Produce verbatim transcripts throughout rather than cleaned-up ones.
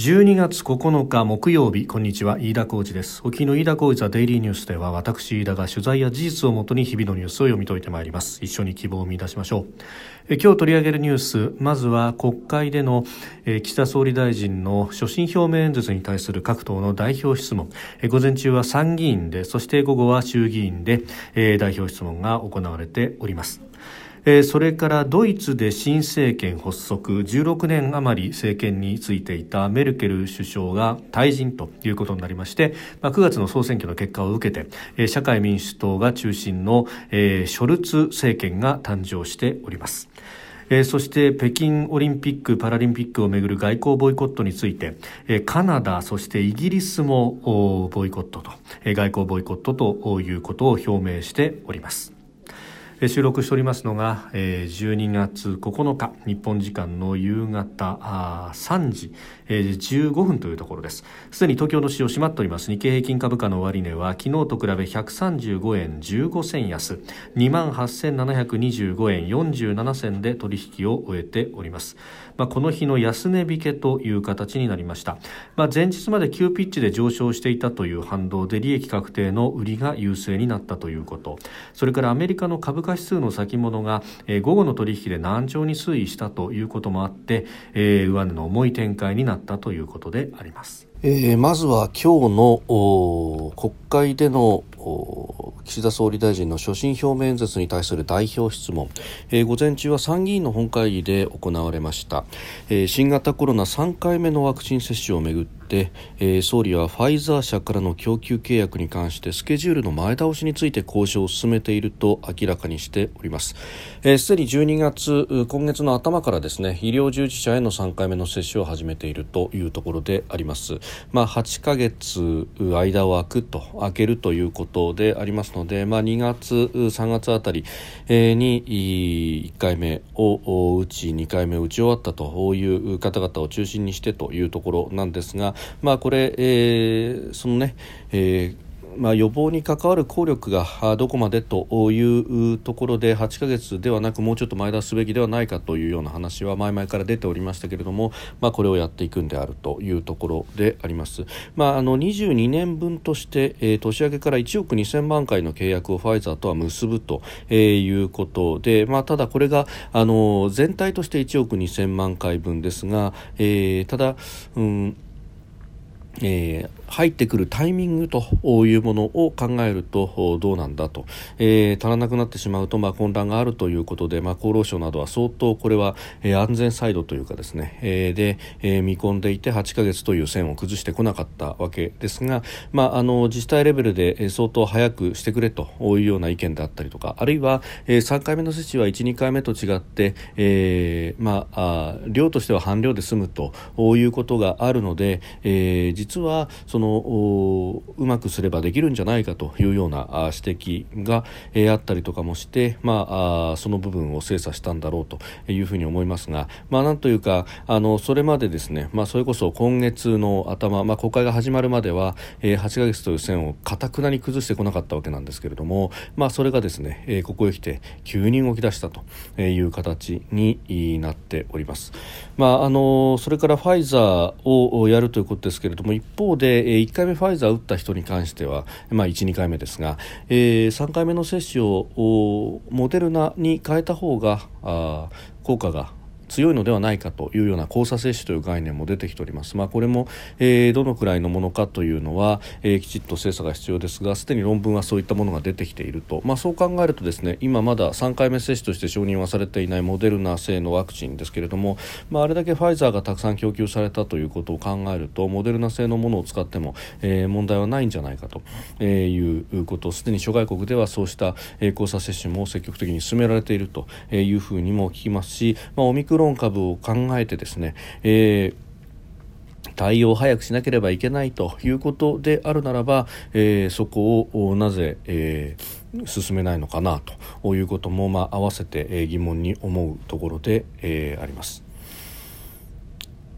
じゅうにがつここのか木曜日、こんにちは、飯田浩司です。お聞きの飯田浩司ザデイリーニュースでは、私飯田が取材や事実をもとに日々のニュースを読み解いてまいります。一緒に希望を見出しましょう。え今日取り上げるニュース、まずは国会でのえ岸田総理大臣の所信表明演説に対する各党の代表質問。え午前中は参議院で、そして午後は衆議院でえ代表質問が行われております。それからドイツで新政権発足、じゅうろくねん余り政権についていたメルケル首相が退陣ということになりまして、くがつの総選挙の結果を受けて社会民主党が中心のショルツ政権が誕生しております。そして北京オリンピック・パラリンピックをめぐる外交ボイコットについてカナダ、そしてイギリスもボイコットと外交ボイコットということを表明しております。収録しておりますのがじゅうにがつここのか、日本時間の夕方さんじじゅうごふんというところです。すでに東京の市場閉まっております。日経平均株価の終値は昨日と比べひゃくさんじゅうごえんじゅうごせん安、 にまんはっせんななひゃくにじゅうごえんよんじゅうななせんで取引を終えております。まあ、この日の安値引けという形になりました。まあ、前日まで急ピッチで上昇していたという反動で利益確定の売りが優勢になったということ、それからアメリカの株価指数の先物が、えー、午後の取引で軟調に推移したということもあって、えー、上値の重い展開になったということであります。 えー、まずは今日の国会での岸田総理大臣の所信表明演説に対する代表質問、えー、午前中は参議院の本会議で行われました。えー、新型コロナさんかいめのワクチン接種をめぐって、えー、総理はファイザー社からの供給契約に関してスケジュールの前倒しについて交渉を進めていると明らかにしております。すで、えー、にじゅうにがつ今月の頭からですね、医療従事者へのさんかいめの接種を始めているというところであります。まあ、はちかげつ間を空くと空けるということでありますので、まあ、にがつさんがつあたりにいっかいめを打ちにかいめを打ち終わったという方々を中心にしてというところなんですが、まあ、これ、えー、そのね、えーまあ、予防に関わる効力がどこまでというところではちかげつではなくもうちょっと前倒すべきではないかというような話は前々から出ておりましたけれども、まあ、これをやっていくんであるというところであります。まあ、あのにじゅうにねんぶんとして、えー、年明けからいちおくにせんまんかいの契約をファイザーとは結ぶということで、まあ、ただこれがあの全体としていちおくにせんまんかいぶんですが、えー、ただ、うんえー、入ってくるタイミングというものを考えるとどうなんだと、えー、足らなくなってしまうと、まあ、混乱があるということで、まあ、厚労省などは相当これは、えー、安全サイドというかですね、えー、で、えー、見込んでいてはちかげつという線を崩してこなかったわけですが、まあ、あの自治体レベルで相当早くしてくれというような意見であったりとか、あるいは、えー、さんかいめの接種は いち、にかいめと違って、えーまあ、あ量としては半量で済むということがあるので、えー実はそのうまくすればできるんじゃないかというような指摘が、えー、あったりとかもして、まあ、あその部分を精査したんだろうというふうに思いますが、まあ、なんというかあのそれまでですね、まあ、それこそ今月の頭、まあ、国会が始まるまでは、えー、はちかげつという線を固くなに崩してこなかったわけなんですけれども、まあ、それがですね、えー、ここへ来て急に動き出したという形になっております。まあ、あのそれからファイザーをやるということですけれども、一方でいっかいめファイザーを打った人に関しては、まあ、いち、にかいめですが、えー、さんかいめの接種をモデルナに変えた方があ効果が強いのではないかというような交差接種という概念も出てきております。まあ、これも、えー、どのくらいのものかというのは、えー、きちっと精査が必要ですが、すでに論文はそういったものが出てきていると、まあ、そう考えるとですね、今まださんかいめ接種として承認はされていないモデルナ製のワクチンですけれども、まあ、あれだけファイザーがたくさん供給されたということを考えると、モデルナ製のものを使っても、えー、問題はないんじゃないかと、えー、いうこと、すでに諸外国ではそうした、えー、交差接種も積極的に進められているというふうにも聞きますし、まあ、オミクロン株を考えてですね、えー対応を早くしなければいけないということであるならば、えー、そこをなぜ、えー、進めないのかなということも、まあ、合わせて疑問に思うところで、えー、あります。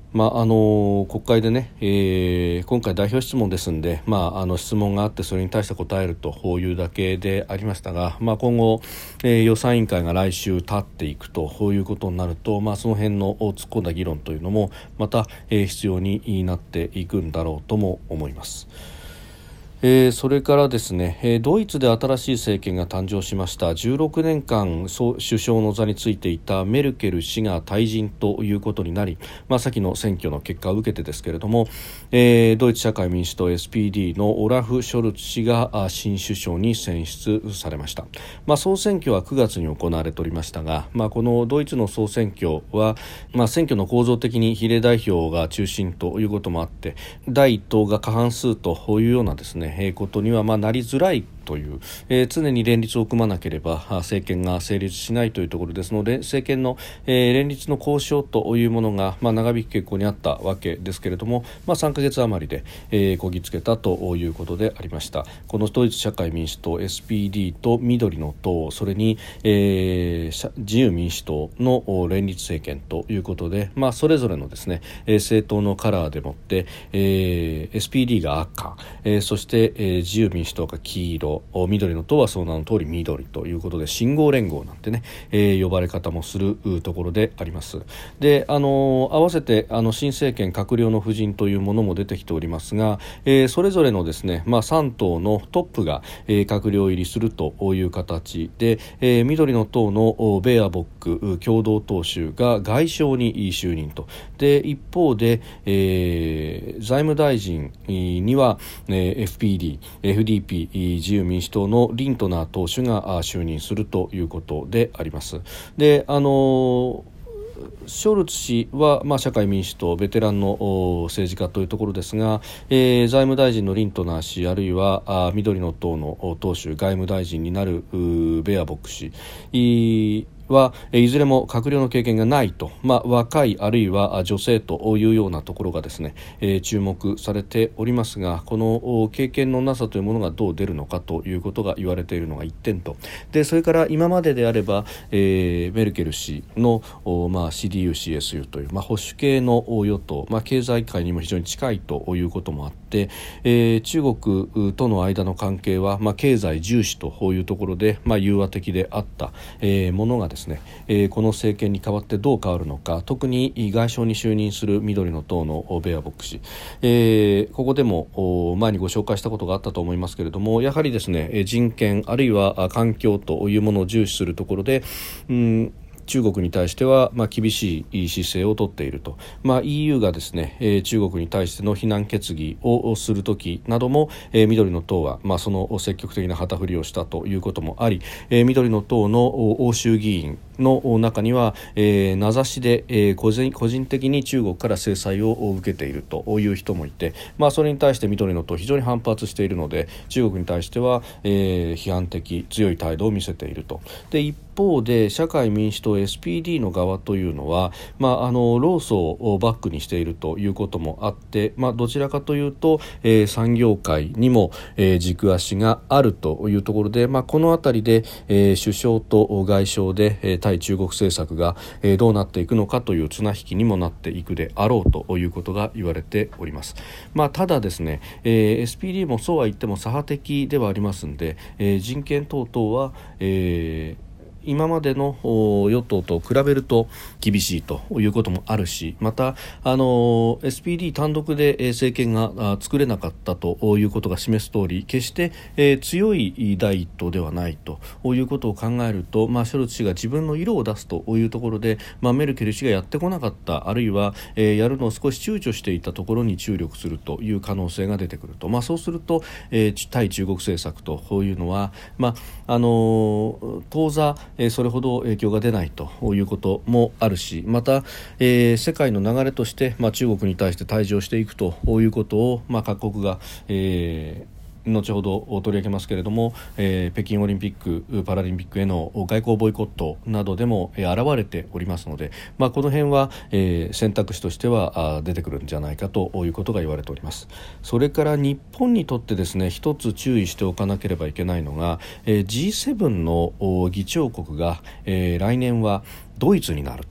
まあ、あの国会でね、えー、今回代表質問ですんで、まあ、あの質問があってそれに対して答えるというだけでありましたが、まあ、今後、えー、予算委員会が来週立っていくということになると、まあ、その辺の突っ込んだ議論というのもまた、えー、必要になっていくんだろうとも思います。えー、それからですね、えー、ドイツで新しい政権が誕生しました。じゅうろくねんかん首相の座についていたメルケル氏が退陣ということになり、まあ、先の選挙の結果を受けてですけれども、えー、ドイツ社会民主党 エスピーディー のオラフ・ショルツ氏が新首相に選出されました。まあ、総選挙はくがつに行われておりましたが、まあ、このドイツの総選挙は、まあ、選挙の構造的に比例代表が中心ということもあって、第一党が過半数というようなですねえー、ことにはまあなりづらいという、えー、常に連立を組まなければ政権が成立しないというところですので、政権の、えー、連立の交渉というものが、まあ、長引く傾向にあったわけですけれども、まあ、さんかげつ余りで、えー、こぎつけたということでありました。このドイツ社会民主党 エスピーディー と緑の党、それに、えー、自由民主党の連立政権ということで、まあ、それぞれのですね、えー、政党のカラーでもって、えー、エスピーディー が赤、えー、そして、えー、自由民主党が黄色、緑の党はその名の通り緑ということで信号連合なんてね、えー、呼ばれ方もするところであります。で、あの合わせてあの新政権閣僚の布陣というものも出てきておりますが、えー、それぞれのですね、まあ、さん党のトップが、えー、閣僚入りするという形で、えー、緑の党のベアボック共同党首が外相に就任と。で、一方で、えー、財務大臣には、えー、エフピーディー、エフディーピー、自由民主党のリントナー党首が就任するということであります。で、あのショルツ氏は、まあ、社会民主党ベテランの政治家というところですが、えー、財務大臣のリントナー氏、あるいはあ緑の党の党首外務大臣になるベアボック氏はいずれも閣僚の経験がないと、まあ、若いあるいは女性というようなところがですね、えー、注目されておりますが、この経験のなさというものがどう出るのかということが言われているのが一点と、でそれから今までであれば、えー、メルケル氏の、まあ、シーディーユー シーエスユー という、まあ、保守系の与党、まあ、経済界にも非常に近いということもあって、えー、中国との間の関係は、まあ、経済重視というところで、まあ、融和的であった、えー、ものがですね、えー、この政権に代わってどう変わるのか、特に外相に就任する緑の党のベアボック氏、えー、ここでも前にご紹介したことがあったと思いますけれども、やはりですね、人権あるいは環境というものを重視するところで、うん中国に対しては、まあ、厳しい姿勢をとっていると、まあ、イーユー がですね、えー、中国に対しての非難決議をするときなども、えー、緑の党は、まあ、その積極的な旗振りをしたということもあり、えー、緑の党の欧州議員の中には、えー、名指しで、えー、個人、個人的に中国から制裁を受けているという人もいて、まあ、それに対して緑の党非常に反発しているので、中国に対しては、えー、批判的強い態度を見せていると。で、一方で社会民主党 エスピーディー の側というのは、まあ、あの労組をバックにしているということもあって、まあ、どちらかというと、えー、産業界にも、えー、軸足があるというところで、まあ、このあたりで、えー、首相と外相で、えー、対中国政策が、えー、どうなっていくのかという綱引きにもなっていくであろうということが言われております。まあ、ただですね、えー、エスピーディー もそうは言っても左派的ではありますので、えー、人権等々は、えー今までの与党と比べると厳しいということもあるし、またあの エスピーディー 単独で政権が作れなかったということが示す通り、決して、えー、強い第一党ではないということを考えると、まあ、ショルツ氏が自分の色を出すというところで、まあ、メルケル氏がやってこなかった、あるいは、えー、やるのを少し躊躇していたところに注力するという可能性が出てくると、まあ、そうすると、えー、対中国政策というのは、まああの当座それほど影響が出ないということもあるし、また、えー、世界の流れとして、まあ、中国に対して対峙をしていくということを、まあ、各国が、えー後ほど取り上げますけれども、えー、北京オリンピック・パラリンピックへの外交ボイコットなどでも、えー、現れておりますので、まあ、この辺は、えー、選択肢としては出てくるんじゃないかということが言われております。それから日本にとってですね、一つ注意しておかなければいけないのが、えー、ジーセブン の議長国が、えー、来年はドイツになると。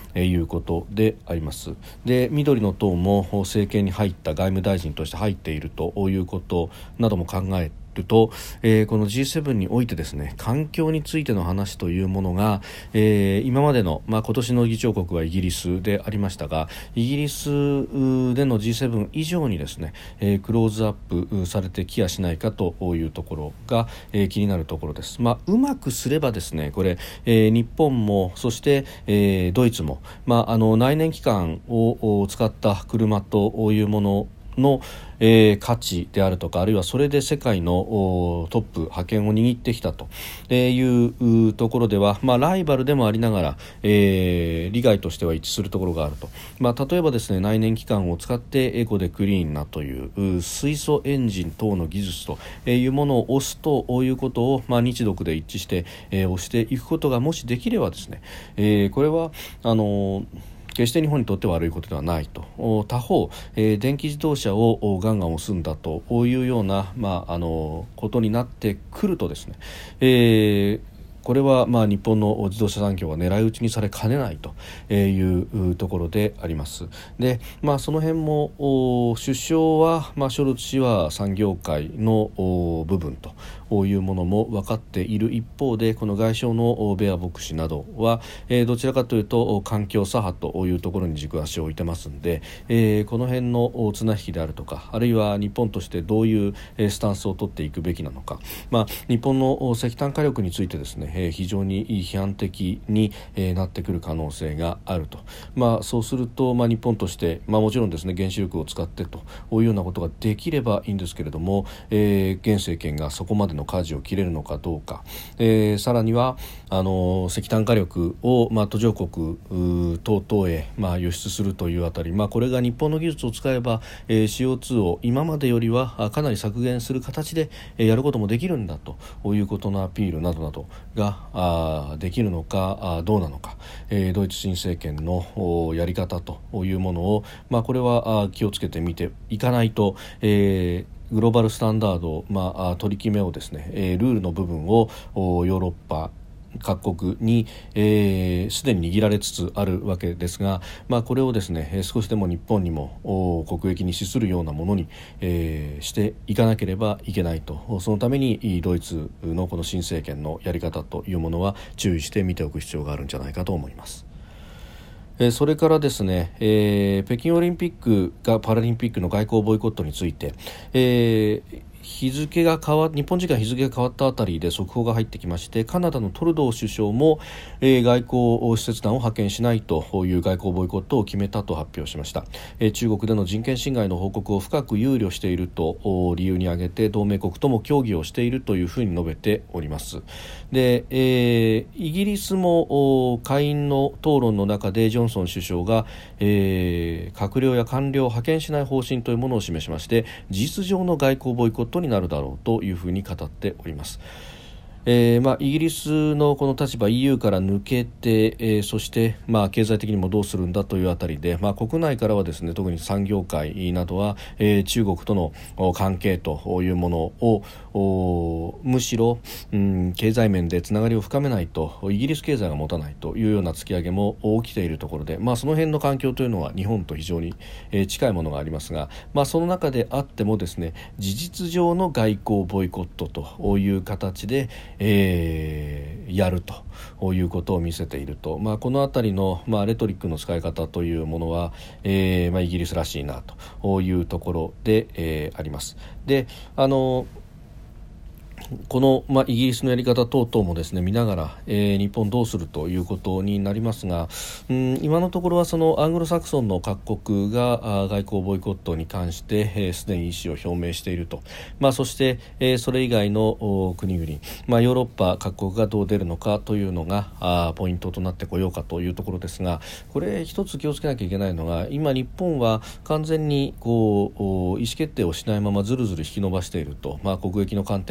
いうことであります。で、緑の党も政権に入った外務大臣として入っているということなども考えと、えー、この ジーセブン においてですね、環境についての話というものが、えー、今までの、まあ、今年の議長国はイギリスでありましたが、イギリスでの ジーセブン 以上にですね、えー、クローズアップされてきやしないかというところが、えー、気になるところです。まあ、うまくすればですね、これ、えー、日本もそして、えー、ドイツも、まあ、あの内燃機関を使った車というものの、えー、価値であるとか、あるいはそれで世界のトップ覇権を握ってきたというところでは、まあ、ライバルでもありながら、えー、利害としては一致するところがあると。まあ、例えばですね、内燃機関を使ってエコでクリーンなという水素エンジン等の技術というものを推すということを、まあ、日独で一致して、えー、推していくことがもしできればですね、えー、これはあのー決して日本にとって悪いことではないと。他方、えー、電気自動車をガンガン押すんだというような、まあ、あのことになってくるとですね、えーこれはまあ日本の自動車産業が狙い撃ちにされかねないというところであります。で、まあ、その辺も首相は、まあ、ショルツ氏は産業界の部分というものも分かっている一方で、この外相のベアボック氏などは、えー、どちらかというと環境左派というところに軸足を置いてますんで、えー、この辺の綱引きであるとか、あるいは日本としてどういうスタンスを取っていくべきなのか、まあ、日本の石炭火力についてですね、非常に批判的になってくる可能性があると。まあ、そうすると、まあ、日本として、まあ、もちろんですね、原子力を使ってというようなことができればいいんですけれども、えー、現政権がそこまでの舵を切れるのかどうか、えー、さらにはあの石炭火力を、まあ、途上国等々へ、まあ、輸出するというあたり、まあ、これが日本の技術を使えば、えー、シーオーツー を今までよりはかなり削減する形で、えー、やることもできるんだということのアピールなどなどがあできるのかあどうなのか、えー、ドイツ新政権のやり方というものを、まあ、これはあ気をつけて見ていかないと、えー、グローバルスタンダード、まあ、取り決めをですね、えー、ルールの部分をヨーロッパ各国にすで、えー、に握られつつあるわけですが、まあ、これをですね、少しでも日本にも国益に資するようなものに、えー、していかなければいけないと。そのためにドイツのこの新政権のやり方というものは注意して見ておく必要があるんじゃないかと思います。それからですね、えー、北京オリンピックがパラリンピックの外交ボイコットについて、えー日付が変わ日本時間日付が変わったあたりで速報が入ってきまして、カナダのトルドー首相も、えー、外交使節団を派遣しないという外交ボイコットを決めたと発表しました。えー、中国での人権侵害の報告を深く憂慮していると理由に挙げて、同盟国とも協議をしているというふうに述べております。で、えー、イギリスも下院の討論の中でジョンソン首相が、えー、閣僚や官僚を派遣しない方針というものを示しまして、事実上の外交ボイコットになるだろうというふうに語っております。えーまあ、イギリスのこの立場 イーユー から抜けて、えー、そして、まあ、経済的にもどうするんだというあたりで、まあ、国内からはですね、特に産業界などは、えー、中国との関係というものをむしろ、うん、経済面でつながりを深めないとイギリス経済が持たないというような突き上げも起きているところで、まあ、その辺の環境というのは日本と非常に、えー、近いものがありますが、まあ、その中であってもですね、事実上の外交ボイコットという形でえー、やるということを見せていると。まあ、このあたりの、まあ、レトリックの使い方というものは、えーまあ、イギリスらしいなというところで、えー、あります。で、あのこの、まあ、イギリスのやり方等々もですね見ながら、えー、日本どうするということになりますが、うん、今のところはそのアングロサクソンの各国が外交ボイコットに関してすで、えー、に意思を表明していると。まあ、そして、えー、それ以外の国々、まあ、ヨーロッパ各国がどう出るのかというのがあポイントとなってこようかというところですが、これ一つ気をつけなきゃいけないのが、今日本は完全にこう意思決定をしないままずるずる引き延ばしていると。まあ、国益の観点からとか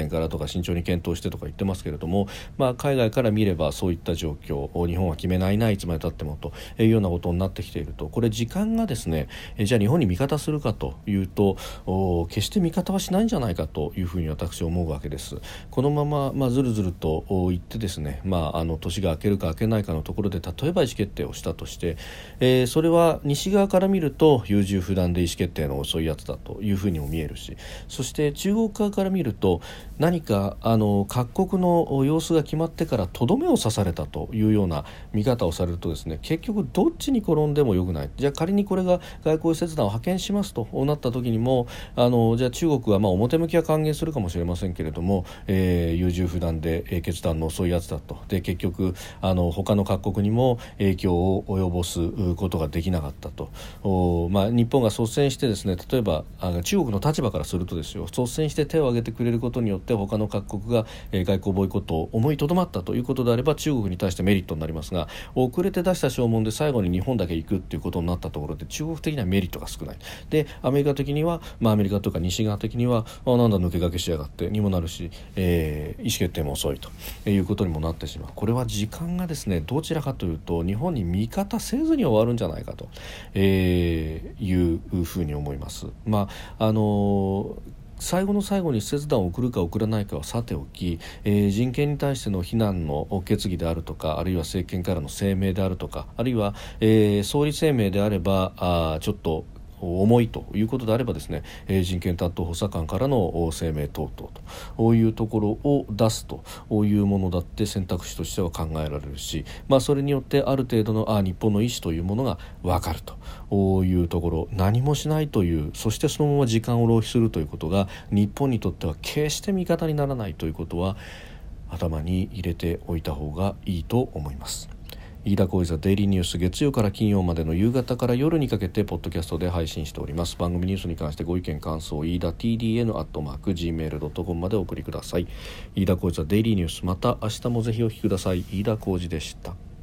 か慎重に検討してとか言ってますけれども、まあ、海外から見ればそういった状況、日本は決めないな、いつまでたってもというようなことになってきていると、これ時間がですね、じゃあ日本に味方するかというと、決して味方はしないんじゃないかというふうに私は思うわけです。このまま、まあ、ずるずると言ってですね、まあ、あの年が明けるか明けないかのところで例えば意思決定をしたとして、えー、それは西側から見ると優柔不断で意思決定の遅いやつだというふうにも見えるし、そして中国側から見ると何かあの各国の様子が決まってからとどめを刺されたというような見方をされるとですね、結局どっちに転んでもよくない。じゃあ仮にこれが外交使節団を派遣しますとなった時にも、あのじゃあ中国はまあ表向きは歓迎するかもしれませんけれども、えー、優柔不断で、えー、決断の遅いやつだと。で結局あの他の各国にも影響を及ぼすことができなかったと。お、まあ、日本が率先してですね、例えばあ中国の立場からするとですよ、率先して手を挙げてくれることによって他の各国が、えー、外交ボイコットを思いとどまったということであれば中国に対してメリットになりますが、遅れて出した証文で最後に日本だけ行くっていうことになったところで中国的にはメリットが少ない。でアメリカ的には、まあ、アメリカとか西側的にはあなんだ抜け駆けしやがってにもなるし、えー、意思決定も遅いということにもなってしまう。これは時間がですね、どちらかというと日本に味方せずに終わるんじゃないかと、えー、いうふうに思います。まああのー最後の最後に使節団を送るか送らないかはさておき、えー、人権に対しての非難の決議であるとか、あるいは政権からの声明であるとか、あるいは、えー、総理声明であればあちょっと重いということであればですね、えー、人権担当補佐官からの声明等々というところを出すというものだって選択肢としては考えられるし、まあ、それによってある程度のあ日本の意思というものが分かるというところ、何もしないという、そしてそのまま時間を浪費するということが日本にとっては決して味方にならないということは頭に入れておいた方がいいと思います。飯田浩司ザデイリーニュース、月曜から金曜までの夕方から夜にかけてポッドキャストで配信しております。番組ニュースに関してご意見感想、飯田 ティーディーエヌ アットマーク ジーメール ドットコム までお送りください。飯田浩司ザデイリーニュース、また明日もぜひお聞きください。飯田浩司でした。